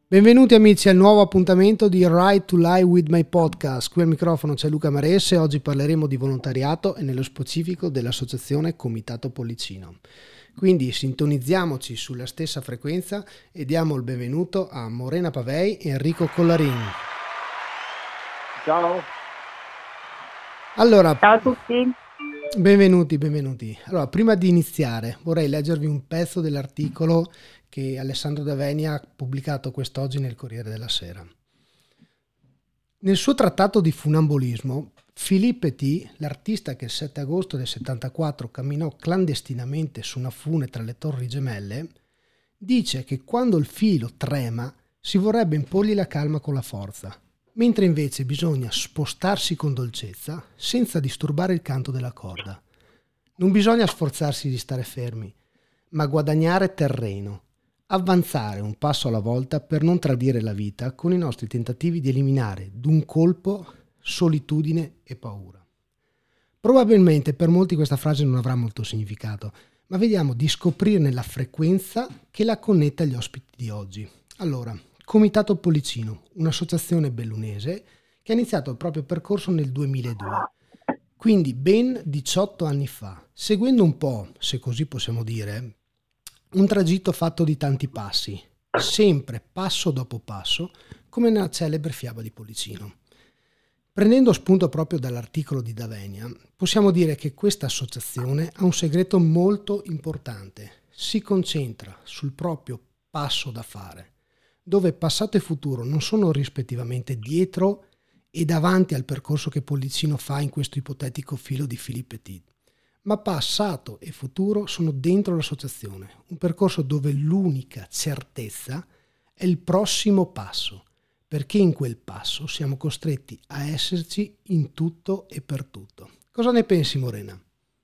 Benvenuti amici al nuovo appuntamento di Right to Lie with My Podcast. Qui al microfono c'è Luca Marese e oggi parleremo di volontariato e nello specifico dell'associazione Comitato Pollicino. Quindi sintonizziamoci sulla stessa frequenza e diamo il benvenuto a Morena Pavei e Enrico Collarin. Ciao. Allora, ciao a tutti. Benvenuti. Allora, prima di iniziare vorrei leggervi un pezzo dell'articolo che Alessandro D'Aveni ha pubblicato quest'oggi nel Corriere della Sera. Nel suo trattato di funambolismo, Philippe Petit, l'artista che il 7 agosto del 74 camminò clandestinamente su una fune tra le Torri Gemelle, dice che quando il filo trema si vorrebbe imporgli la calma con la forza, mentre invece bisogna spostarsi con dolcezza senza disturbare il canto della corda. Non bisogna sforzarsi di stare fermi, ma guadagnare terreno, avanzare un passo alla volta per non tradire la vita con i nostri tentativi di eliminare d'un colpo solitudine e paura. Probabilmente per molti questa frase non avrà molto significato, ma vediamo di scoprirne la frequenza che la connette agli ospiti di oggi. Allora, Comitato Pollicino, un'associazione bellunese che ha iniziato il proprio percorso nel 2002, quindi ben 18 anni fa, seguendo un po', se così possiamo dire, un tragitto fatto di tanti passi, sempre passo dopo passo, come nella celebre fiaba di Pollicino. Prendendo spunto proprio dall'articolo di D'Avenia, possiamo dire che questa associazione ha un segreto molto importante. Si concentra sul proprio passo da fare, dove passato e futuro non sono rispettivamente dietro e davanti al percorso che Pollicino fa in questo ipotetico filo di Philippe Petit, ma passato e futuro sono dentro l'associazione, un percorso dove l'unica certezza è il prossimo passo, perché in quel passo siamo costretti a esserci in tutto e per tutto. Cosa ne pensi, Morena?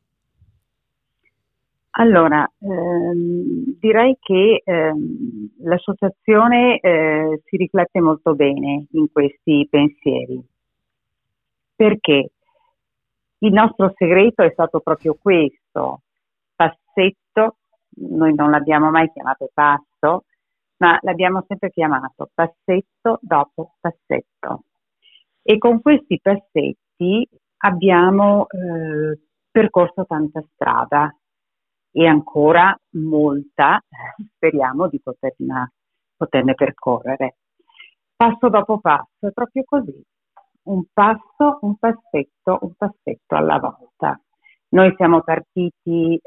Allora, direi che l'associazione si riflette molto bene in questi pensieri, perché il nostro segreto è stato proprio questo, passetto, noi non l'abbiamo mai chiamato passo, ma l'abbiamo sempre chiamato passetto dopo passetto. E con questi passetti abbiamo percorso tanta strada e ancora molta, speriamo di poterne percorrere. Passo dopo passo, è proprio così. Un passo, un passetto alla volta. Noi siamo partiti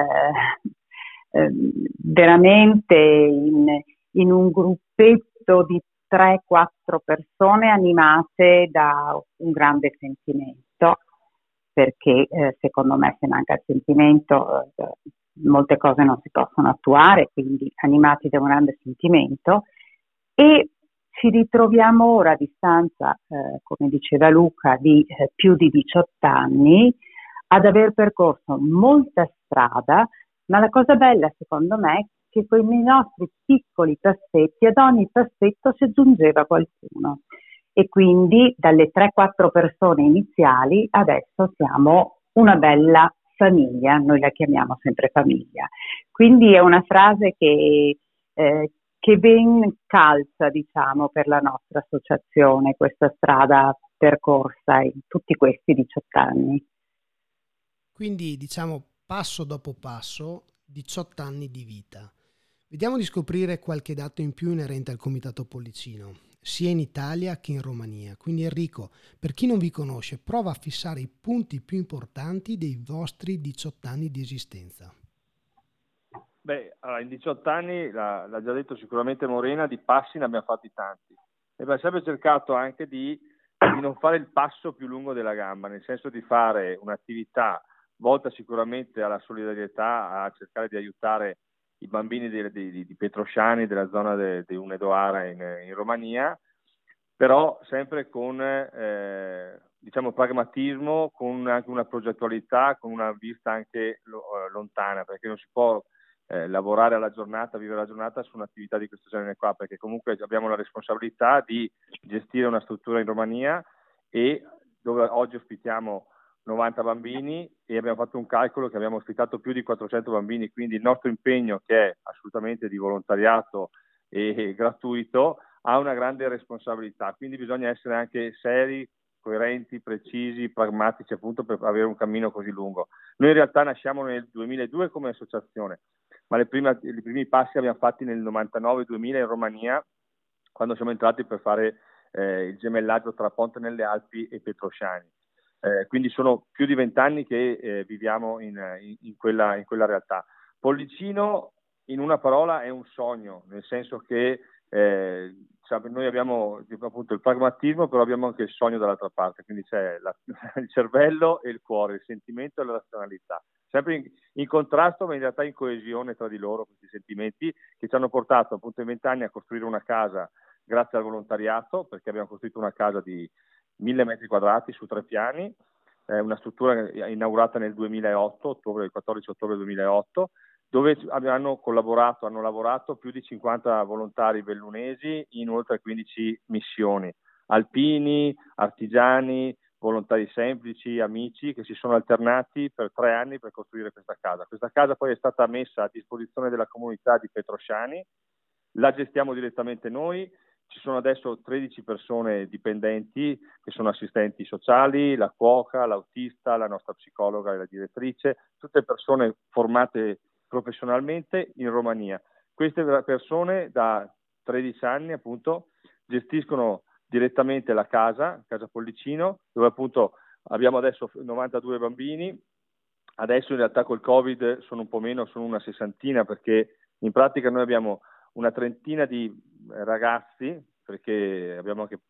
veramente in un gruppetto di 3-4 persone animate da un grande sentimento, perché secondo me se manca il sentimento molte cose non si possono attuare, quindi animati da un grande sentimento, e ci ritroviamo ora a distanza, come diceva Luca, di più di 18 anni, ad aver percorso molta strada, ma la cosa bella secondo me è che con i nostri piccoli passetti, ad ogni passetto si aggiungeva qualcuno. E quindi dalle 3-4 persone iniziali adesso siamo una bella famiglia, noi la chiamiamo sempre famiglia. Quindi è una frase che ben calza, diciamo, per la nostra associazione, questa strada percorsa in tutti questi 18 anni. Quindi, diciamo, passo dopo passo, 18 anni di vita. Vediamo di scoprire qualche dato in più inerente al Comitato Pollicino, sia in Italia che in Romania. Quindi Enrico, per chi non vi conosce, prova a fissare i punti più importanti dei vostri 18 anni di esistenza. Beh, allora, in 18 anni, l'ha già detto sicuramente Morena, di passi ne abbiamo fatti tanti. E abbiamo sempre cercato anche di non fare il passo più lungo della gamba, nel senso di fare un'attività volta sicuramente alla solidarietà, a cercare di aiutare i bambini di Petrosciani, della zona di Hunedoara in Romania, però sempre con diciamo pragmatismo, con anche una progettualità, con una vista anche lontana, perché non si può lavorare alla giornata, vivere la giornata su un'attività di questo genere qua, perché comunque abbiamo la responsabilità di gestire una struttura in Romania e dove oggi ospitiamo 90 bambini e abbiamo fatto un calcolo che abbiamo ospitato più di 400 bambini, quindi il nostro impegno, che è assolutamente di volontariato e gratuito, ha una grande responsabilità, quindi bisogna essere anche seri, coerenti, precisi, pragmatici, appunto, per avere un cammino così lungo. Noi in realtà nasciamo nel 2002 come associazione, ma i primi passi abbiamo fatti nel 99-2000 in Romania, quando siamo entrati per fare il gemellaggio tra Ponte nelle Alpi e Petrosciani. Quindi sono più di 20 anni che viviamo in quella realtà. Pollicino, in una parola, è un sogno, nel senso che noi abbiamo appunto il pragmatismo, però abbiamo anche il sogno dall'altra parte, quindi c'è il cervello e il cuore, il sentimento e la razionalità, sempre in contrasto, ma in realtà in coesione tra di loro, questi sentimenti che ci hanno portato appunto in 20 anni a costruire una casa grazie al volontariato, perché abbiamo costruito una casa di 1000 metri quadrati su 3 piani, una struttura inaugurata nel 2008, il 14 ottobre 2008, dove hanno lavorato più di 50 volontari bellunesi in oltre 15 missioni, alpini, artigiani, volontari semplici, amici, che si sono alternati per 3 anni per costruire questa casa. Questa casa poi è stata messa a disposizione della comunità di Petrosciani, la gestiamo direttamente noi. Ci sono adesso 13 persone dipendenti che sono assistenti sociali, la cuoca, l'autista, la nostra psicologa e la direttrice, tutte persone formate professionalmente in Romania. Queste persone da 13 anni appunto gestiscono direttamente la casa Pollicino, dove appunto abbiamo adesso 92 bambini. Adesso in realtà col Covid sono un po' meno, sono una sessantina, perché in pratica noi abbiamo una trentina di ragazzi, perché abbiamo anche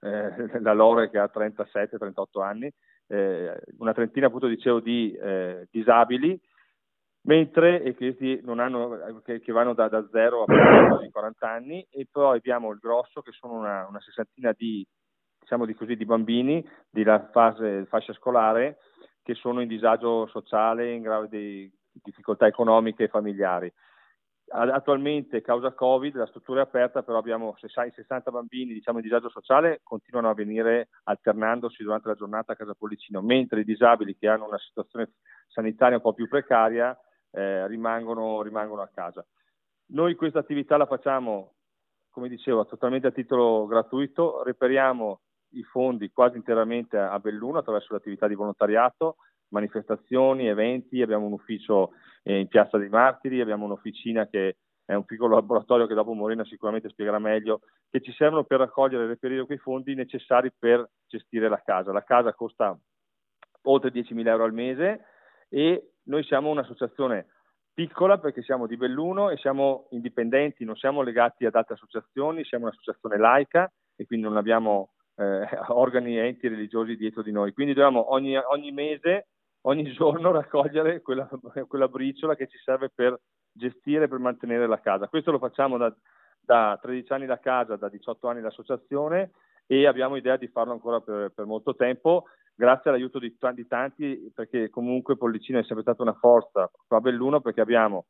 la Lore che ha 37-38 anni, una trentina appunto dicevo di disabili, mentre questi non hanno, che vanno da 0 a 40 anni, e poi abbiamo il grosso che sono una sessantina di, diciamo di bambini di fascia scolare che sono in disagio sociale, in gravi difficoltà economiche e familiari. Attualmente, causa Covid, la struttura è aperta, però abbiamo 60 bambini in disagio sociale, continuano a venire alternandosi durante la giornata a casa Pollicino, mentre i disabili che hanno una situazione sanitaria un po' più precaria rimangono a casa. Noi questa attività la facciamo, come dicevo, totalmente a titolo gratuito, reperiamo i fondi quasi interamente a Belluno attraverso l'attività di volontariato, manifestazioni, eventi, abbiamo un ufficio in Piazza dei Martiri, abbiamo un'officina che è un piccolo laboratorio che dopo Morena sicuramente spiegherà meglio, che ci servono per raccogliere e reperire quei fondi necessari per gestire la casa. La casa costa oltre 10.000 euro al mese e noi siamo un'associazione piccola perché siamo di Belluno e siamo indipendenti, non siamo legati ad altre associazioni, siamo un'associazione laica e quindi non abbiamo organi e enti religiosi dietro di noi. Quindi dobbiamo ogni mese, ogni giorno raccogliere quella briciola che ci serve per gestire, per mantenere la casa. Questo lo facciamo da 13 anni la casa, da 18 anni l'associazione, e abbiamo idea di farlo ancora per molto tempo, grazie all'aiuto di tanti, perché comunque Pollicino è sempre stata una forza qua a Belluno, perché abbiamo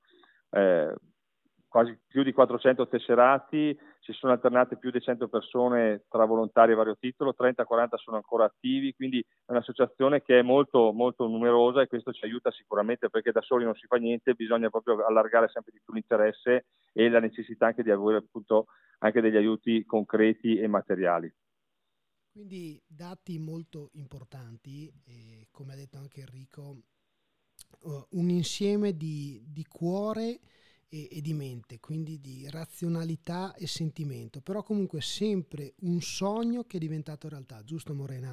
quasi più di 400 tesserati, si sono alternate più di 100 persone tra volontari a vario titolo, 30-40 sono ancora attivi, quindi è un'associazione che è molto, molto numerosa, e questo ci aiuta sicuramente, perché da soli non si fa niente, bisogna proprio allargare sempre di più l'interesse e la necessità anche di avere appunto anche degli aiuti concreti e materiali. Quindi dati molto importanti, e come ha detto anche Enrico, un insieme di cuore e di mente, quindi di razionalità e sentimento, però comunque sempre un sogno che è diventato realtà, giusto Morena?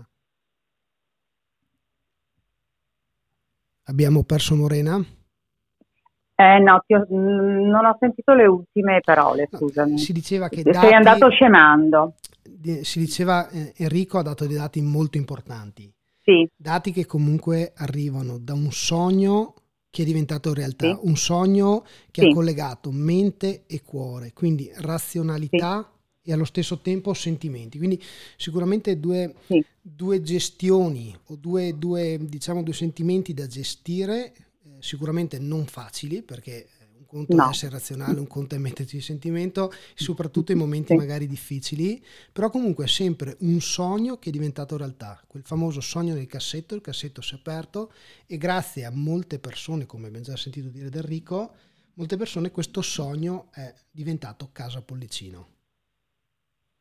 Abbiamo perso Morena? No, non ho sentito le ultime parole, scusami. Si diceva che sei andato scemando. Si diceva, Enrico ha dato dei dati molto importanti. Sì. Dati che comunque arrivano da un sogno che è diventato realtà, sì. Un sogno che sì. ha collegato mente e cuore, quindi razionalità e allo stesso tempo sentimenti. Quindi sicuramente due gestioni o due sentimenti da gestire, sicuramente non facili, perché un conto è essere razionale, un conto è metterci il sentimento, soprattutto in momenti magari difficili, però comunque è sempre un sogno che è diventato realtà, quel famoso sogno del cassetto, il cassetto si è aperto, e grazie a molte persone, come abbiamo già sentito dire da Enrico, molte persone, questo sogno è diventato Casa Pollicino.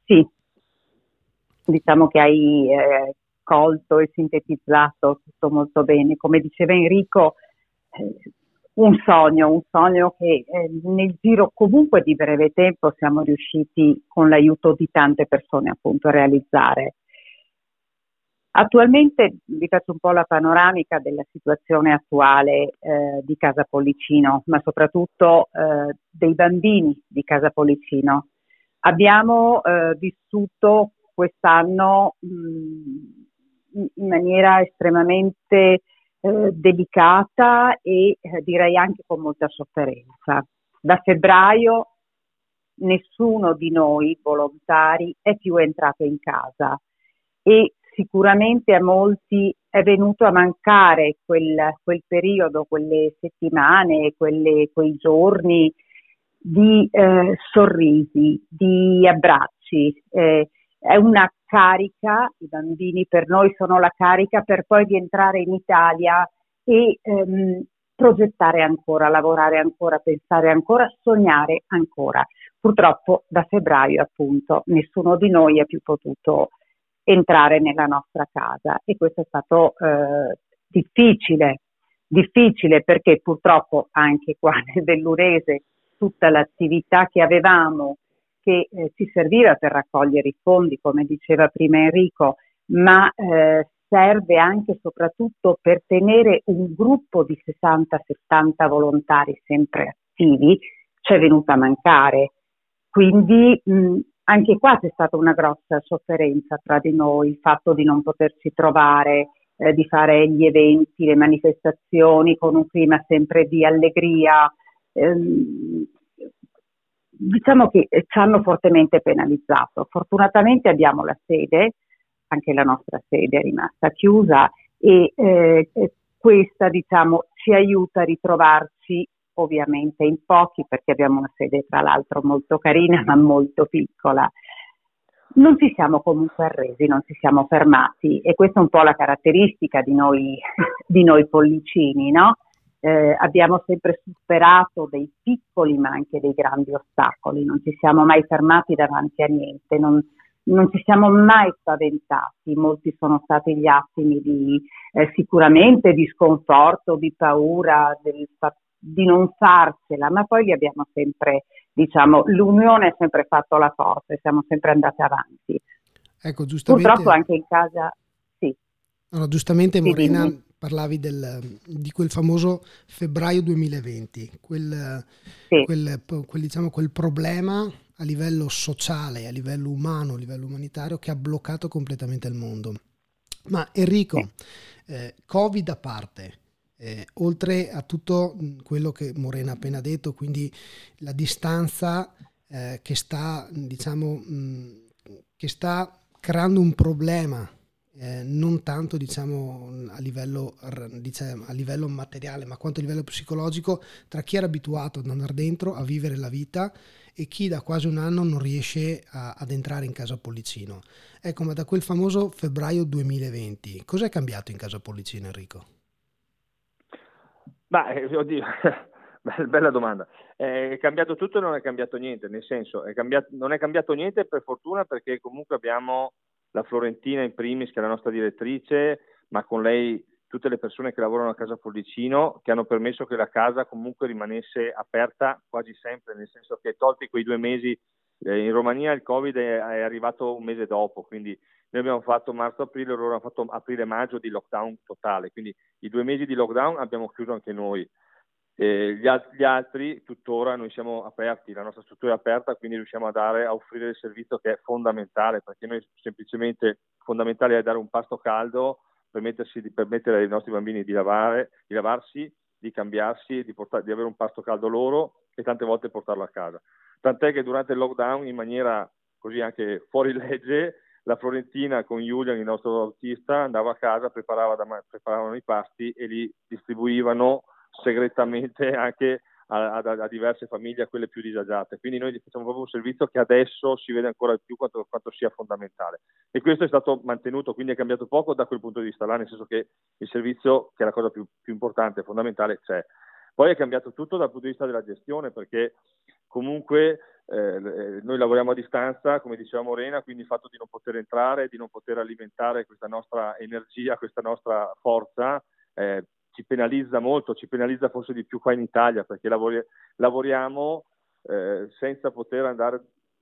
Sì, diciamo che hai colto e sintetizzato tutto molto bene. Come diceva Enrico, un sogno che nel giro comunque di breve tempo siamo riusciti con l'aiuto di tante persone appunto a realizzare. Attualmente vi faccio un po' la panoramica della situazione attuale di Casa Pollicino, ma soprattutto dei bambini di Casa Pollicino. Abbiamo vissuto quest'anno in maniera estremamente delicata e direi anche con molta sofferenza. Da febbraio nessuno di noi volontari è più entrato in casa e sicuramente a molti è venuto a mancare quel periodo, quelle settimane, quei giorni di sorrisi, di abbracci. È una carica, i bambini per noi sono la carica per poi rientrare in Italia e progettare ancora, lavorare ancora, pensare ancora, sognare ancora. Purtroppo da febbraio appunto nessuno di noi è più potuto entrare nella nostra casa e questo è stato difficile perché purtroppo anche qua nel Vellurese tutta l'attività che avevamo che ci serviva per raccogliere i fondi, come diceva prima Enrico, ma serve anche e soprattutto per tenere un gruppo di 60-70 volontari sempre attivi, ci è venuta a mancare. Quindi anche qua c'è stata una grossa sofferenza tra di noi, il fatto di non poterci trovare, di fare gli eventi, le manifestazioni con un clima sempre di allegria. Diciamo che ci hanno fortemente penalizzato. Fortunatamente abbiamo la sede, anche la nostra sede è rimasta chiusa e questa diciamo ci aiuta a ritrovarci ovviamente in pochi perché abbiamo una sede tra l'altro molto carina ma molto piccola. Non ci siamo comunque arresi, non ci siamo fermati e questa è un po' la caratteristica di noi pollicini, no? Abbiamo sempre superato dei piccoli ma anche dei grandi ostacoli, non ci siamo mai fermati davanti a niente, non ci siamo mai spaventati, molti sono stati gli attimi di sicuramente di sconforto, di paura, di non farcela, ma poi li abbiamo sempre, diciamo, l'unione ha sempre fatto la forza e siamo sempre andati avanti. Ecco, giustamente. Purtroppo anche in casa, sì. No, giustamente Morena, dimmi. parlavi di quel famoso febbraio 2020, diciamo, quel problema a livello sociale, a livello umano, a livello umanitario che ha bloccato completamente il mondo. Ma Enrico, Covid a parte, oltre a tutto quello che Morena ha appena detto, quindi la distanza che sta creando un problema, non tanto a livello materiale, ma quanto a livello psicologico, tra chi era abituato ad andare dentro a vivere la vita e chi da quasi un anno non riesce ad entrare in Casa Pollicino. Ecco, ma da quel famoso febbraio 2020, cosa è cambiato in Casa Pollicino, Enrico? Oddio, bella domanda. È cambiato tutto e non è cambiato niente, nel senso non è cambiato niente per fortuna perché comunque abbiamo la Florentina in primis che è la nostra direttrice, ma con lei tutte le persone che lavorano a Casa Pollicino che hanno permesso che la casa comunque rimanesse aperta quasi sempre, nel senso che tolti quei 2 mesi in Romania il Covid è arrivato un mese dopo, quindi noi abbiamo fatto marzo-aprile, loro hanno fatto aprile-maggio di lockdown totale, quindi i 2 mesi di lockdown abbiamo chiuso anche noi. Gli altri tuttora noi siamo aperti, la nostra struttura è aperta, quindi riusciamo a offrire il servizio che è fondamentale, perché noi semplicemente fondamentale è dare un pasto caldo, permettere ai nostri bambini di lavarsi, di cambiarsi, di avere un pasto caldo loro e tante volte portarlo a casa. Tant'è che durante il lockdown, in maniera così anche fuori legge, la Florentina con Julian, il nostro autista, andava a casa, preparavano i pasti e li distribuivano segretamente anche a diverse famiglie, a quelle più disagiate. Quindi noi facciamo proprio un servizio che adesso si vede ancora di più quanto sia fondamentale. E questo è stato mantenuto, quindi è cambiato poco da quel punto di vista là, nel senso che il servizio, che è la cosa più importante, fondamentale, c'è. Poi è cambiato tutto dal punto di vista della gestione, perché comunque noi lavoriamo a distanza, come diceva Morena, quindi il fatto di non poter entrare, di non poter alimentare questa nostra energia, questa nostra forza, ci penalizza molto, ci penalizza forse di più qua in Italia, perché lavoriamo senza poter andare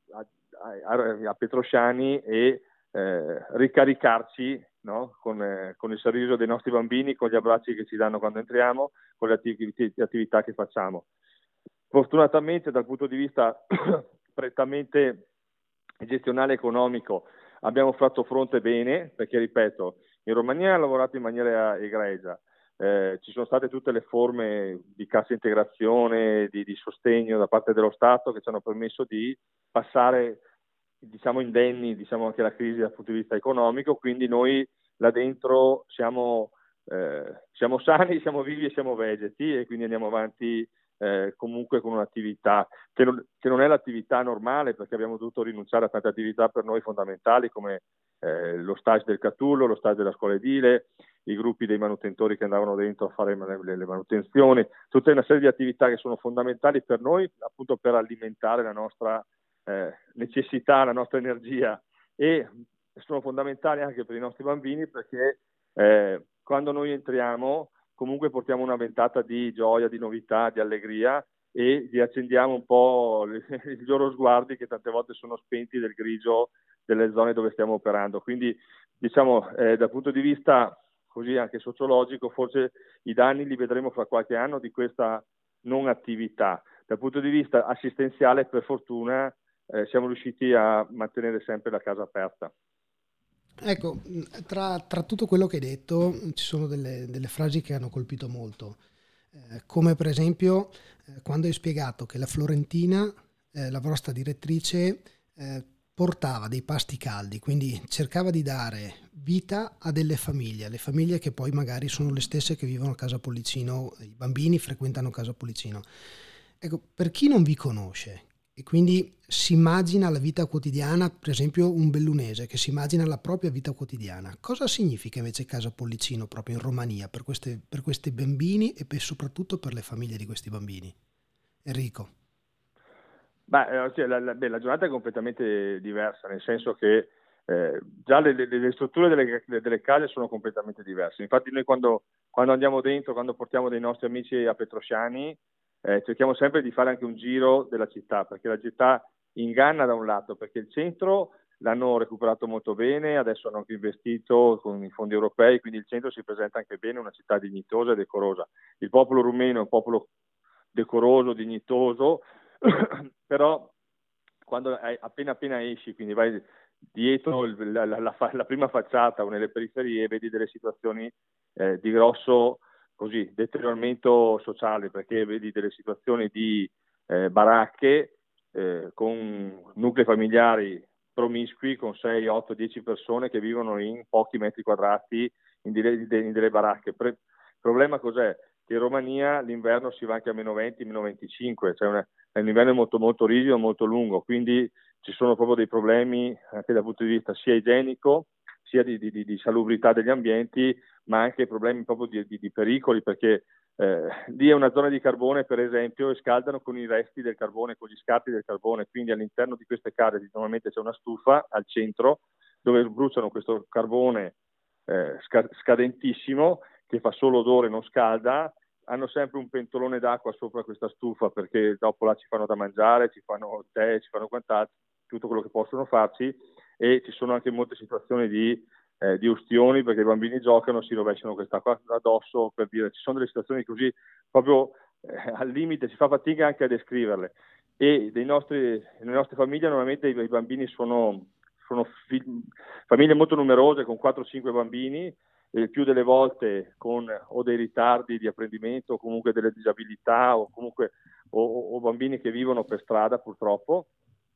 a Petrosciani e ricaricarci, no? con il sorriso dei nostri bambini, con gli abbracci che ci danno quando entriamo, con le attività che facciamo. Fortunatamente dal punto di vista prettamente gestionale economico abbiamo fatto fronte bene, perché ripeto, in Romania ha lavorato in maniera egregia, ci sono state tutte le forme di cassa integrazione, di sostegno da parte dello Stato che ci hanno permesso di passare, diciamo, indenni, diciamo, anche la crisi dal punto di vista economico, quindi noi là dentro siamo sani, siamo vivi e siamo vegeti, e quindi andiamo avanti comunque con un'attività che non è l'attività normale, perché abbiamo dovuto rinunciare a tante attività per noi fondamentali, come lo stage del Catullo, lo stage della scuola edile, i gruppi dei manutentori che andavano dentro a fare le manutenzioni, tutta una serie di attività che sono fondamentali per noi, appunto per alimentare la nostra necessità, la nostra energia, e sono fondamentali anche per i nostri bambini, perché quando noi entriamo comunque portiamo una ventata di gioia, di novità, di allegria, e gli accendiamo un po' i loro sguardi che tante volte sono spenti del grigio delle zone dove stiamo operando. Quindi diciamo dal punto di vista così anche sociologico, forse i danni li vedremo fra qualche anno di questa non attività. Dal punto di vista assistenziale, per fortuna, siamo riusciti a mantenere sempre la casa aperta. Ecco, tra tutto quello che hai detto ci sono delle frasi che hanno colpito molto, come per esempio quando hai spiegato che la Florentina, la vostra direttrice, portava dei pasti caldi, quindi cercava di dare vita a delle famiglie, le famiglie che poi magari sono le stesse che vivono a Casa Pollicino, i bambini frequentano Casa Pollicino. Ecco, per chi non vi conosce e quindi si immagina la vita quotidiana, per esempio un bellunese che si immagina la propria vita quotidiana, cosa significa invece Casa Pollicino proprio in Romania per questi bambini e soprattutto per le famiglie di questi bambini? Enrico. Cioè, la giornata è completamente diversa, nel senso che già le strutture delle case sono completamente diverse. Infatti noi quando andiamo dentro, quando portiamo dei nostri amici a Petrosciani, cerchiamo sempre di fare anche un giro della città, perché la città inganna da un lato, perché il centro l'hanno recuperato molto bene, adesso hanno anche investito con i fondi europei, quindi il centro si presenta anche bene, una città dignitosa e decorosa. Il popolo rumeno è un popolo decoroso, dignitoso, però quando appena esci, quindi vai dietro la prima facciata o nelle periferie, vedi delle situazioni di grosso così deterioramento sociale, perché vedi delle situazioni di baracche con nuclei familiari promiscui, con 6, 8, 10 persone che vivono in pochi metri quadrati in delle baracche. Il problema cos'è? Che in Romania l'inverno si va anche a meno 20, meno 25, cioè un inverno molto molto rigido, molto lungo, quindi ci sono proprio dei problemi anche dal punto di vista sia igienico, sia di salubrità degli ambienti, ma anche problemi proprio di pericoli, perché lì è una zona di carbone, per esempio, e scaldano con i resti del carbone, con gli scarti del carbone, quindi all'interno di queste case normalmente c'è una stufa al centro dove bruciano questo carbone scadentissimo, che fa solo odore, non scalda. Hanno sempre un pentolone d'acqua sopra questa stufa, perché dopo là ci fanno da mangiare, ci fanno tè, ci fanno quant'altro, tutto quello che possono farci, e ci sono anche molte situazioni di ustioni, perché i bambini giocano, si rovesciano quest'acqua addosso, per dire. Ci sono delle situazioni così proprio al limite, si fa fatica anche a descriverle. E nelle nostre famiglie normalmente i bambini sono famiglie molto numerose, con 4-5 bambini, più delle volte con o dei ritardi di apprendimento, o comunque delle disabilità, o comunque o bambini che vivono per strada purtroppo,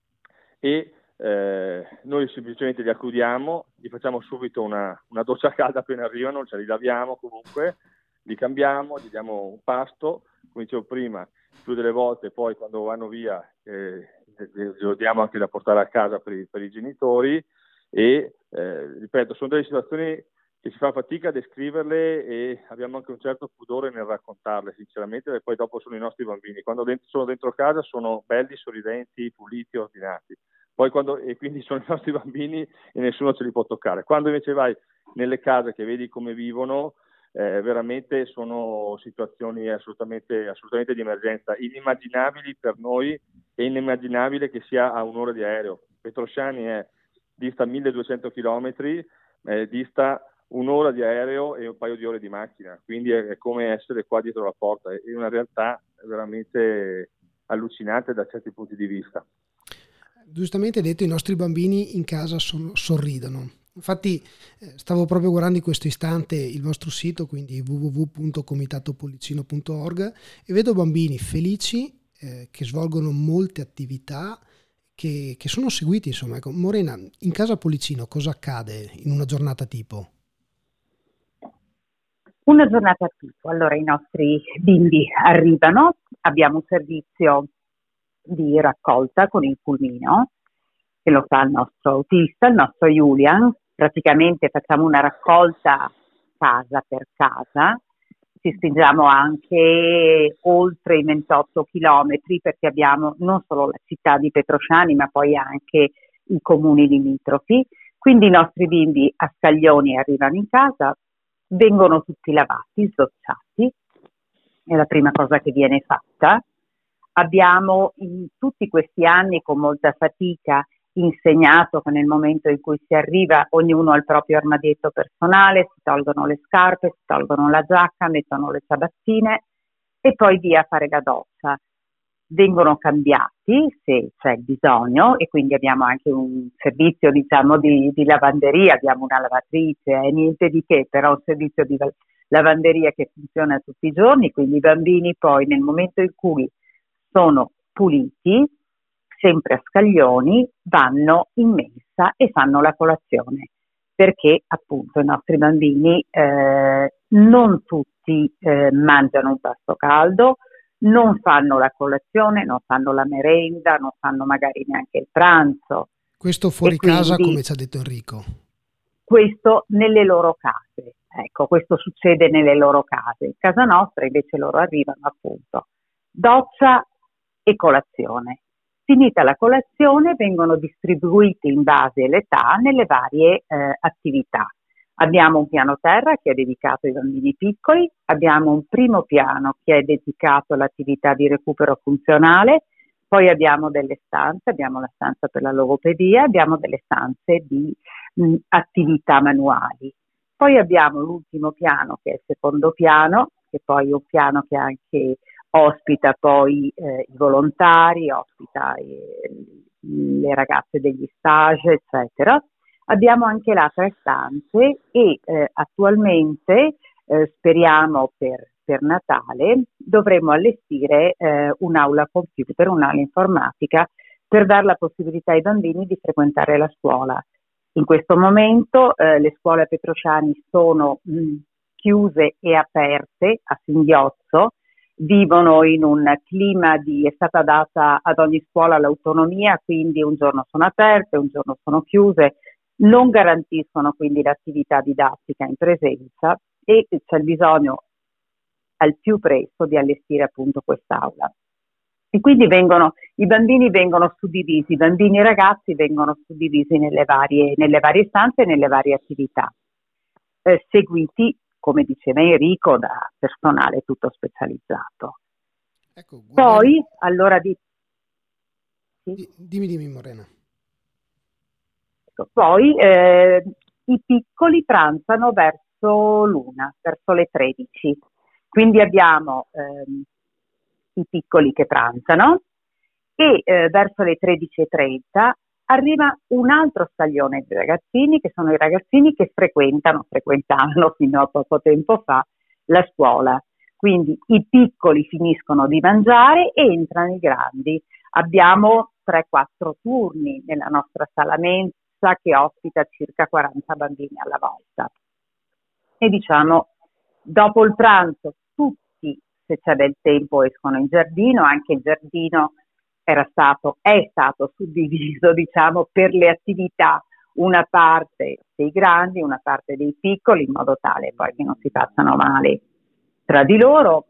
e noi semplicemente li accudiamo, gli facciamo subito una doccia calda appena arrivano, cioè li laviamo comunque, li cambiamo, gli diamo un pasto, come dicevo prima, più delle volte poi quando vanno via lo diamo anche da portare a casa per i genitori, e ripeto, sono delle situazioni che si fa fatica a descriverle e abbiamo anche un certo pudore nel raccontarle, sinceramente, perché poi dopo sono i nostri bambini. Quando sono dentro casa sono belli, sorridenti, puliti, ordinati. E quindi sono i nostri bambini e nessuno ce li può toccare. Quando invece vai nelle case che vedi come vivono, veramente sono situazioni assolutamente di emergenza, inimmaginabili per noi e inimmaginabile che sia a un'ora di aereo. Petrosciani dista 1200 chilometri, dista un'ora di aereo e un paio di ore di macchina, quindi è come essere qua dietro la porta, è una realtà veramente allucinante da certi punti di vista. Giustamente detto, i nostri bambini in casa sorridono. Infatti stavo proprio guardando in questo istante il vostro sito, quindi www.comitatopoliccino.org, e vedo bambini felici che svolgono molte attività che sono seguiti, insomma. Ecco, Morena, in casa Policino cosa accade in una giornata tipo? Una giornata tipo, allora i nostri bimbi arrivano, abbiamo un servizio di raccolta con il pulmino, che lo fa il nostro autista, il nostro Julian. Praticamente facciamo una raccolta casa per casa, ci spingiamo anche oltre i 28 chilometri perché abbiamo non solo la città di Petrosciani ma poi anche i comuni limitrofi, quindi i nostri bimbi a scaglioni arrivano in casa, vengono tutti lavati, sdocciati, è la prima cosa che viene fatta. Abbiamo in tutti questi anni con molta fatica insegnato che nel momento in cui si arriva ognuno ha il proprio armadietto personale, si tolgono le scarpe, si tolgono la giacca, mettono le ciabattine e poi via a fare la doccia. Vengono cambiati se c'è il bisogno e quindi abbiamo anche un servizio diciamo di lavanderia, abbiamo una lavatrice, niente di che, però un servizio di lavanderia che funziona tutti i giorni, quindi i bambini poi nel momento in cui sono puliti, sempre a scaglioni, vanno in mensa e fanno la colazione, perché appunto i nostri bambini non tutti mangiano un pasto caldo, non fanno la colazione, non fanno la merenda, non fanno magari neanche il pranzo. Questo fuori casa, come ci ha detto Enrico? Questo nelle loro case, ecco, questo succede nelle loro case. In casa nostra invece loro arrivano appunto doccia e colazione. Finita la colazione vengono distribuiti in base all'età nelle varie attività. Abbiamo un piano terra che è dedicato ai bambini piccoli, abbiamo un primo piano che è dedicato all'attività di recupero funzionale, poi abbiamo delle stanze, abbiamo la stanza per la logopedia, abbiamo delle stanze di attività manuali. Poi abbiamo l'ultimo piano che è il secondo piano, che poi è un piano che anche ospita poi i volontari, ospita le ragazze degli stage, eccetera. Abbiamo anche là 3 stanze e attualmente speriamo per Natale dovremo allestire un'aula computer, un'aula informatica per dare la possibilità ai bambini di frequentare la scuola. In questo momento le scuole a Petrosciani sono chiuse e aperte a singhiozzo, vivono in un clima è stata data ad ogni scuola l'autonomia, quindi un giorno sono aperte, un giorno sono chiuse, non garantiscono quindi l'attività didattica in presenza e c'è il bisogno al più presto di allestire appunto quest'aula. E quindi i bambini vengono suddivisi, i bambini e i ragazzi vengono suddivisi nelle varie stanze e nelle varie attività, seguiti, come diceva Enrico, da personale tutto specializzato. Ecco, poi, allora dimmi Morena. Poi i piccoli pranzano verso l'1, verso le 13, quindi abbiamo i piccoli che pranzano e verso le 13:30 arriva un altro scaglione di ragazzini che sono i ragazzini che frequentavano fino a poco tempo fa la scuola. Quindi i piccoli finiscono di mangiare e entrano i grandi. Abbiamo 3-4 turni nella nostra sala mensa che ospita circa 40 bambini alla volta. E diciamo, dopo il pranzo tutti, se c'è del tempo, escono in giardino, anche il giardino è stato suddiviso, diciamo, per le attività una parte dei grandi, una parte dei piccoli, in modo tale poi che non si facciano male tra di loro,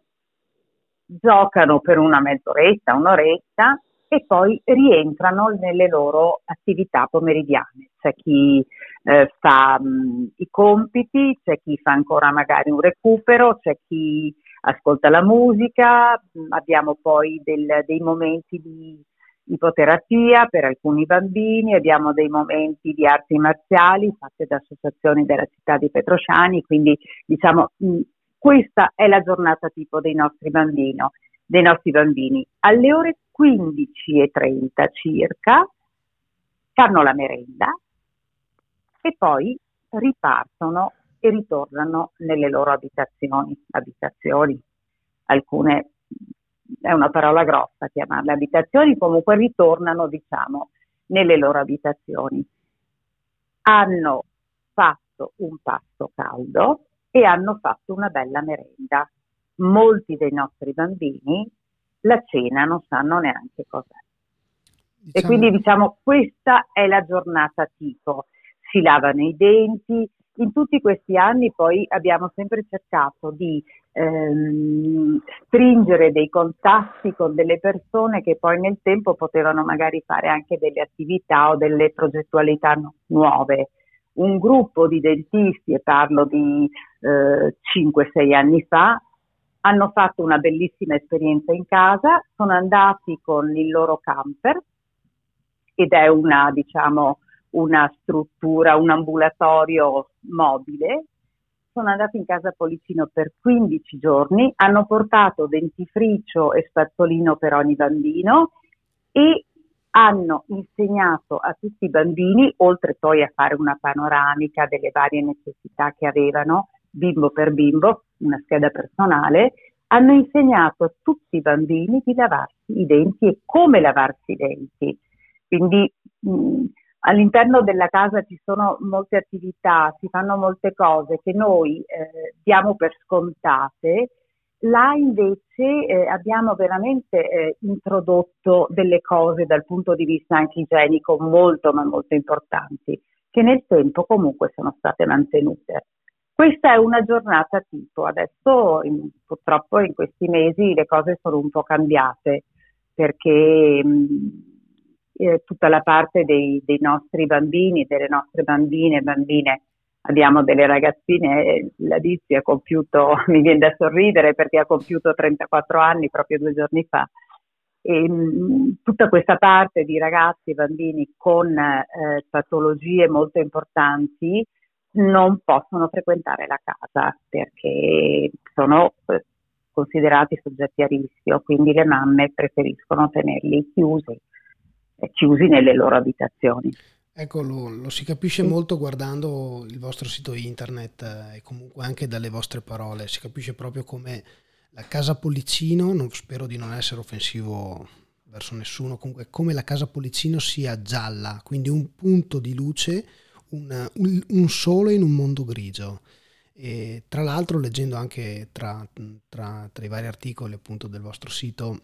giocano per una mezz'oretta, un'oretta e poi rientrano nelle loro attività pomeridiane. C'è chi fa i compiti, c'è chi fa ancora magari un recupero, c'è chi ascolta la musica, abbiamo poi dei momenti di ipoterapia per alcuni bambini, abbiamo dei momenti di arti marziali fatte da associazioni della città di Petrosciani, quindi diciamo questa è la giornata tipo dei nostri bambini. Alle ore 15:30 circa fanno la merenda e poi ripartono e ritornano nelle loro abitazioni. Alcune è una parola grossa chiamarle abitazioni, comunque ritornano, diciamo, nelle loro abitazioni. Hanno fatto un pasto caldo e hanno fatto una bella merenda. Molti dei nostri bambini la cena non sanno neanche cos'è. E quindi diciamo questa è la giornata tipo. Si lavano i denti. In tutti questi anni poi abbiamo sempre cercato di stringere dei contatti con delle persone che poi nel tempo potevano magari fare anche delle attività o delle progettualità nuove. Un gruppo di dentisti, e parlo di 5-6 anni fa, hanno fatto una bellissima esperienza in casa, sono andati con il loro camper ed è una, diciamo, una struttura, un ambulatorio mobile. Sono andati in casa Policino per 15 giorni, hanno portato dentifricio e spazzolino per ogni bambino e hanno insegnato a tutti i bambini, oltre poi a fare una panoramica delle varie necessità che avevano, bimbo per bimbo, una scheda personale, hanno insegnato a tutti i bambini di lavarsi i denti e come lavarsi i denti. Quindi all'interno della casa ci sono molte attività, si fanno molte cose che noi diamo per scontate. Là invece abbiamo veramente introdotto delle cose dal punto di vista anche igienico molto ma molto importanti, che nel tempo comunque sono state mantenute. Questa è una giornata tipo. Adesso purtroppo in questi mesi le cose sono un po' cambiate perché tutta la parte dei nostri bambini, delle nostre bambine e bambine, abbiamo delle ragazzine, la Dizzy ha compiuto, mi viene da sorridere perché ha compiuto 34 anni proprio 2 giorni fa, e tutta questa parte di ragazzi e bambini con patologie molto importanti non possono frequentare la casa perché sono considerati soggetti a rischio, quindi le mamme preferiscono tenerli chiusi nelle loro abitazioni. Ecco, lo si capisce molto guardando il vostro sito internet e comunque anche dalle vostre parole, si capisce proprio come la casa Policino, spero di non essere offensivo verso nessuno, comunque come la casa Policino sia gialla, quindi un punto di luce, un sole in un mondo grigio. E tra l'altro, leggendo anche tra i vari articoli appunto del vostro sito,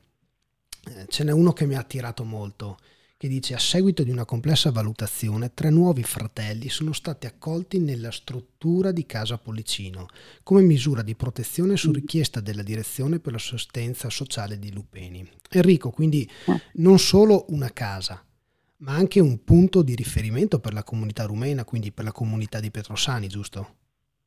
ce n'è uno che mi ha attirato molto, che dice: a seguito di una complessa valutazione 3 nuovi fratelli sono stati accolti nella struttura di casa Policino come misura di protezione su richiesta della direzione per l'assistenza sociale di Lupeni. Enrico, quindi non solo una casa, ma anche un punto di riferimento per la comunità rumena, quindi per la comunità di Petrosani, giusto?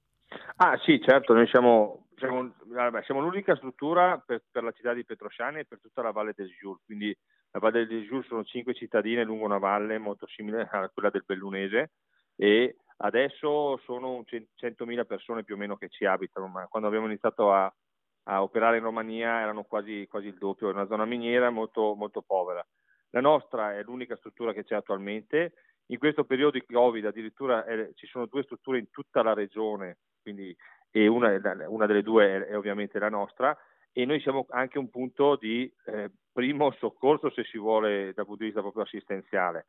Ah sì, certo, noi siamo l'unica struttura per la città di Petrosciani e per tutta la Valle del Giul, quindi la Valle del Giul sono 5 cittadine lungo una valle molto simile a quella del Bellunese e adesso sono 100.000 persone più o meno che ci abitano, ma quando abbiamo iniziato a operare in Romania erano quasi il doppio, è una zona miniera molto, molto povera. La nostra è l'unica struttura che c'è attualmente. In questo periodo di Covid addirittura ci sono 2 strutture in tutta la regione, quindi, e una delle 2 è ovviamente la nostra, e noi siamo anche un punto di primo soccorso, se si vuole, dal punto di vista proprio assistenziale.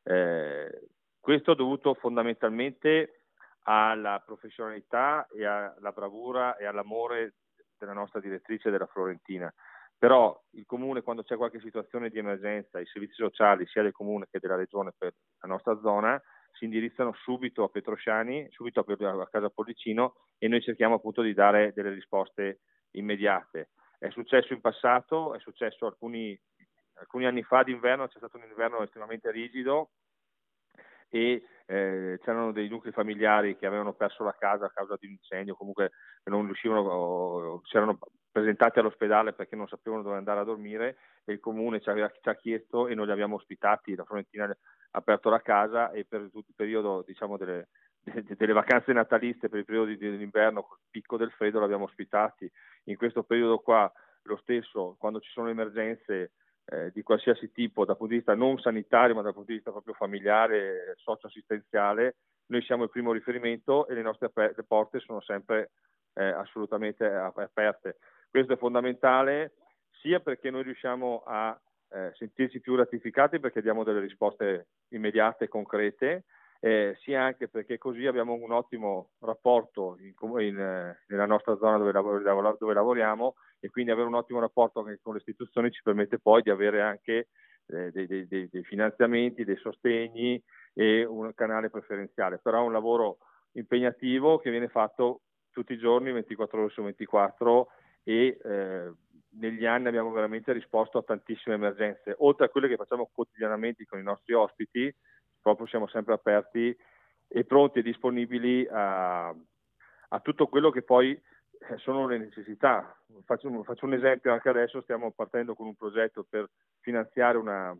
Questo dovuto fondamentalmente alla professionalità e alla bravura e all'amore della nostra direttrice della Florentina. Però il Comune, quando c'è qualche situazione di emergenza, i servizi sociali sia del Comune che della Regione per la nostra zona si indirizzano subito a Petrosciani, subito a Casa Pollicino, e noi cerchiamo appunto di dare delle risposte immediate. È successo in passato, è successo alcuni anni fa d'inverno, c'è stato un inverno estremamente rigido e c'erano dei nuclei familiari che avevano perso la casa a causa di un incendio, comunque che non riuscivano, si erano presentati all'ospedale perché non sapevano dove andare a dormire, e il comune ci ha chiesto e noi li abbiamo ospitati. La Fiorentina ha aperto la casa, e per tutto il periodo, diciamo, delle vacanze natalizie, per il periodo dell'inverno, col picco del freddo, l'abbiamo ospitati. In questo periodo qua lo stesso, quando ci sono emergenze di qualsiasi tipo, dal punto di vista non sanitario ma dal punto di vista proprio familiare, socio-assistenziale, noi siamo il primo riferimento e le nostre le porte sono sempre assolutamente aperte. Questo è fondamentale, sia perché noi riusciamo a sentirci più ratificati perché diamo delle risposte immediate e concrete, sia anche perché così abbiamo un ottimo rapporto nella nostra zona dove lavoriamo, e quindi avere un ottimo rapporto anche con le istituzioni ci permette poi di avere anche dei finanziamenti, dei sostegni e un canale preferenziale. Però è un lavoro impegnativo che viene fatto tutti i giorni, 24 ore su 24, e negli anni abbiamo veramente risposto a tantissime emergenze, oltre a quelle che facciamo quotidianamente con i nostri ospiti. Proprio siamo sempre aperti e pronti e disponibili a tutto quello che poi sono le necessità. Faccio un esempio: anche adesso stiamo partendo con un progetto per finanziare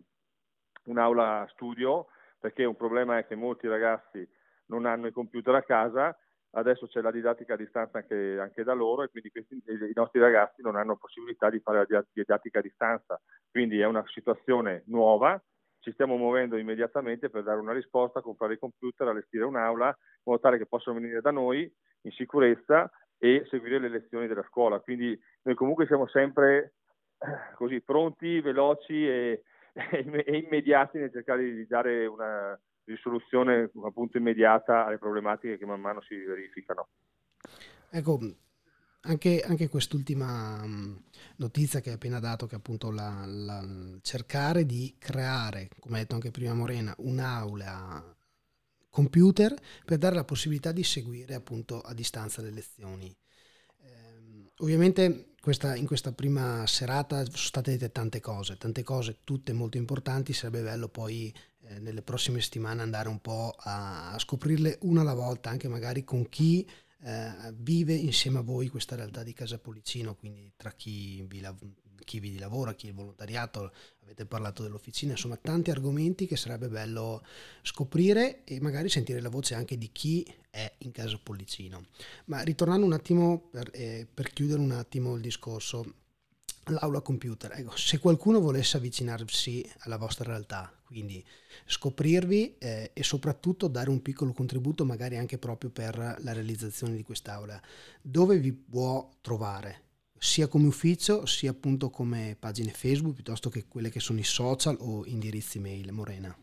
un'aula studio, perché un problema è che molti ragazzi non hanno il computer a casa. Adesso c'è la didattica a distanza anche da loro, e quindi i nostri ragazzi non hanno possibilità di fare la didattica a distanza. Quindi è una situazione nuova. Ci stiamo muovendo immediatamente per dare una risposta, comprare il computer, allestire un'aula, in modo tale che possano venire da noi in sicurezza e seguire le lezioni della scuola. Quindi noi comunque siamo sempre così pronti, veloci e immediati nel cercare di dare una risoluzione appunto immediata alle problematiche che man mano si verificano. Ecco, anche quest'ultima notizia che hai appena dato, che appunto cercare di creare, come ha detto anche prima Morena, un'aula computer per dare la possibilità di seguire appunto a distanza le lezioni. Ovviamente in questa prima serata sono state dette tante cose, tutte molto importanti. Sarebbe bello poi nelle prossime settimane andare un po' a scoprirle una alla volta, anche magari con chi vive insieme a voi questa realtà di Casa Pollicino, quindi tra chi vi lavora, chi è il volontariato. Avete parlato dell'officina, insomma tanti argomenti che sarebbe bello scoprire e magari sentire la voce anche di chi è in Casa Pollicino. Ma ritornando un attimo per chiudere un attimo il discorso, l'aula computer, ecco, se qualcuno volesse avvicinarsi alla vostra realtà, quindi scoprirvi e soprattutto dare un piccolo contributo magari anche proprio per la realizzazione di quest'aula, dove vi può trovare? Sia come ufficio, sia appunto come pagine Facebook, piuttosto che quelle che sono i social o indirizzi mail, Morena?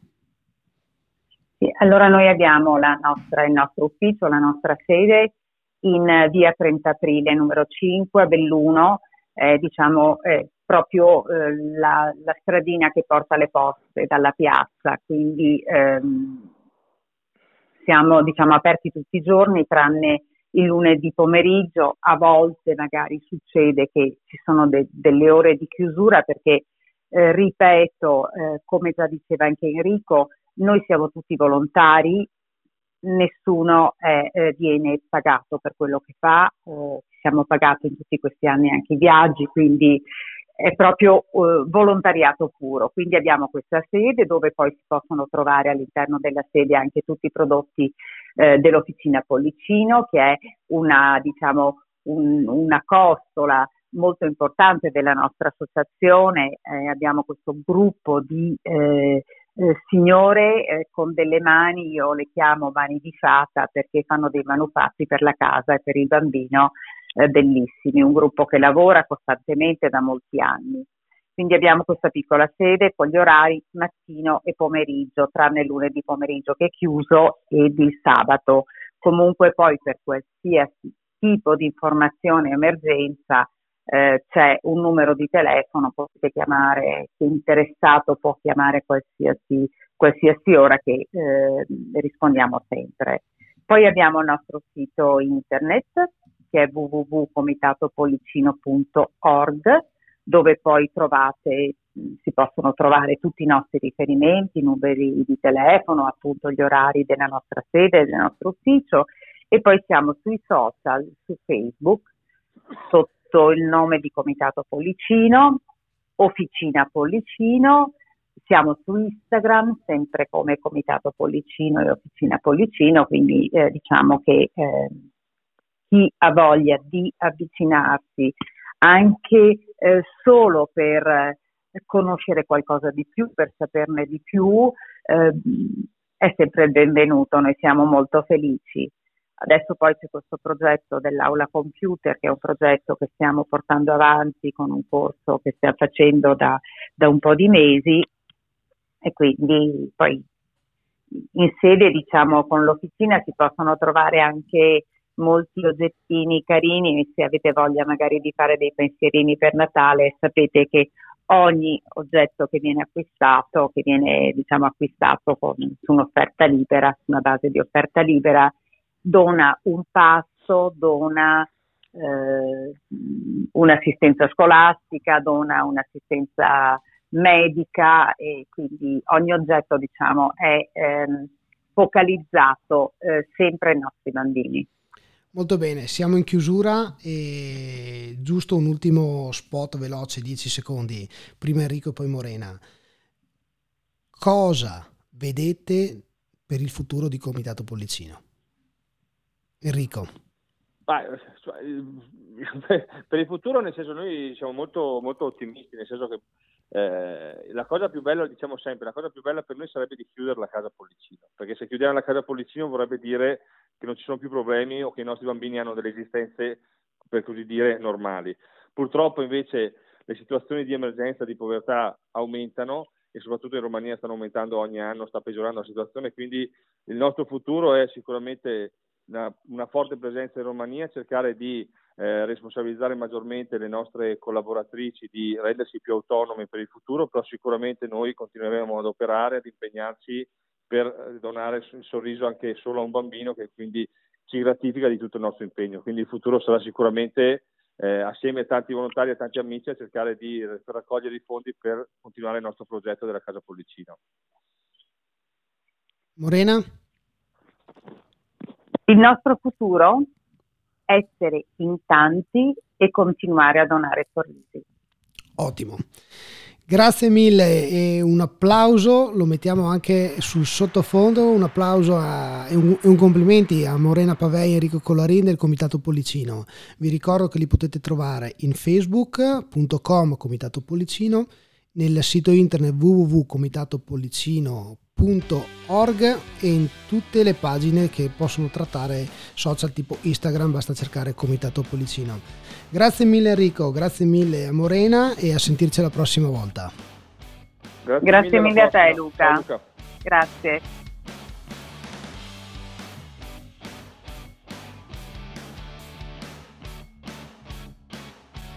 Sì, allora noi abbiamo il nostro ufficio, la nostra sede in via 30 aprile numero 5 a Belluno, proprio la stradina che porta alle poste dalla piazza, quindi siamo aperti tutti i giorni tranne il lunedì pomeriggio. A volte magari succede che ci sono delle ore di chiusura perché, ripeto, come già diceva anche Enrico, noi siamo tutti volontari, nessuno viene pagato per quello che fa, siamo pagati in tutti questi anni anche i viaggi, quindi è proprio volontariato puro. Quindi abbiamo questa sede dove poi si possono trovare all'interno della sede anche tutti i prodotti dell'Officina Pollicino, che è una costola molto importante della nostra associazione. Abbiamo questo gruppo di signore con delle mani, io le chiamo mani di fata, perché fanno dei manufatti per la casa e per il bambino bellissimi, un gruppo che lavora costantemente da molti anni. Quindi abbiamo questa piccola sede con gli orari mattino e pomeriggio, tranne il lunedì pomeriggio che è chiuso, ed il sabato. Comunque poi per qualsiasi tipo di informazione o emergenza c'è un numero di telefono, potete chiamare, chi è interessato può chiamare qualsiasi qualsiasi ora che rispondiamo sempre. Poi abbiamo il nostro sito internet che è www.comitatopolicino.org, dove poi si possono trovare tutti i nostri riferimenti, numeri di telefono, appunto gli orari della nostra sede, del nostro ufficio, e poi siamo sui social, su Facebook, sotto il nome di Comitato Policino, Officina Policino, siamo su Instagram sempre come Comitato Policino e Officina Policino, quindi diciamo che chi ha voglia di avvicinarsi anche solo per conoscere qualcosa di più, per saperne di più, è sempre il benvenuto, noi siamo molto felici. Adesso poi c'è questo progetto dell'aula computer, che è un progetto che stiamo portando avanti con un corso che stiamo facendo da un po' di mesi, e quindi poi in sede, diciamo, con l'officina si possono trovare anche molti oggettini carini. Se avete voglia magari di fare dei pensierini per Natale, sapete che ogni oggetto che viene acquistato su un'offerta libera, su una base di offerta libera, dona un pasto, dona un'assistenza scolastica, dona un'assistenza medica, e quindi ogni oggetto, diciamo, è focalizzato sempre ai nostri bambini. Molto bene, siamo in chiusura e giusto un ultimo spot veloce, 10 secondi, prima Enrico e poi Morena. Cosa vedete per il futuro di Comitato Policino? Enrico. Per il futuro, nel senso, noi siamo molto, molto ottimisti, nel senso che la cosa più bella, diciamo sempre, la cosa più bella per noi sarebbe di chiudere la casa Policino, perché se chiudiamo la casa Policino vorrebbe dire che non ci sono più problemi o che i nostri bambini hanno delle esistenze, per così dire, normali. Purtroppo invece le situazioni di emergenza, di povertà aumentano, e soprattutto in Romania stanno aumentando ogni anno, sta peggiorando la situazione, quindi il nostro futuro è sicuramente una forte presenza in Romania, cercare di responsabilizzare maggiormente le nostre collaboratrici, di rendersi più autonome per il futuro, però sicuramente noi continueremo ad operare, ad impegnarci per donare il sorriso anche solo a un bambino, che quindi ci gratifica di tutto il nostro impegno. Quindi il futuro sarà sicuramente assieme a tanti volontari e tanti amici a cercare di raccogliere i fondi per continuare il nostro progetto della Casa Policino. Morena? Il nostro futuro? Essere in tanti e continuare a donare sorrisi. Ottimo. Grazie mille e un applauso, lo mettiamo anche sul sottofondo, un applauso e un complimenti a Morena Pavei e Enrico Collarin del Comitato Policino. Vi ricordo che li potete trovare in facebook.com Comitato Policino, nel sito internet www.comitatopolicino.org e in tutte le pagine che possono trattare social tipo Instagram, basta cercare Comitato Policino. Grazie mille Enrico, grazie mille a Morena e a sentirci la prossima volta. Grazie mille a te Luca. Grazie.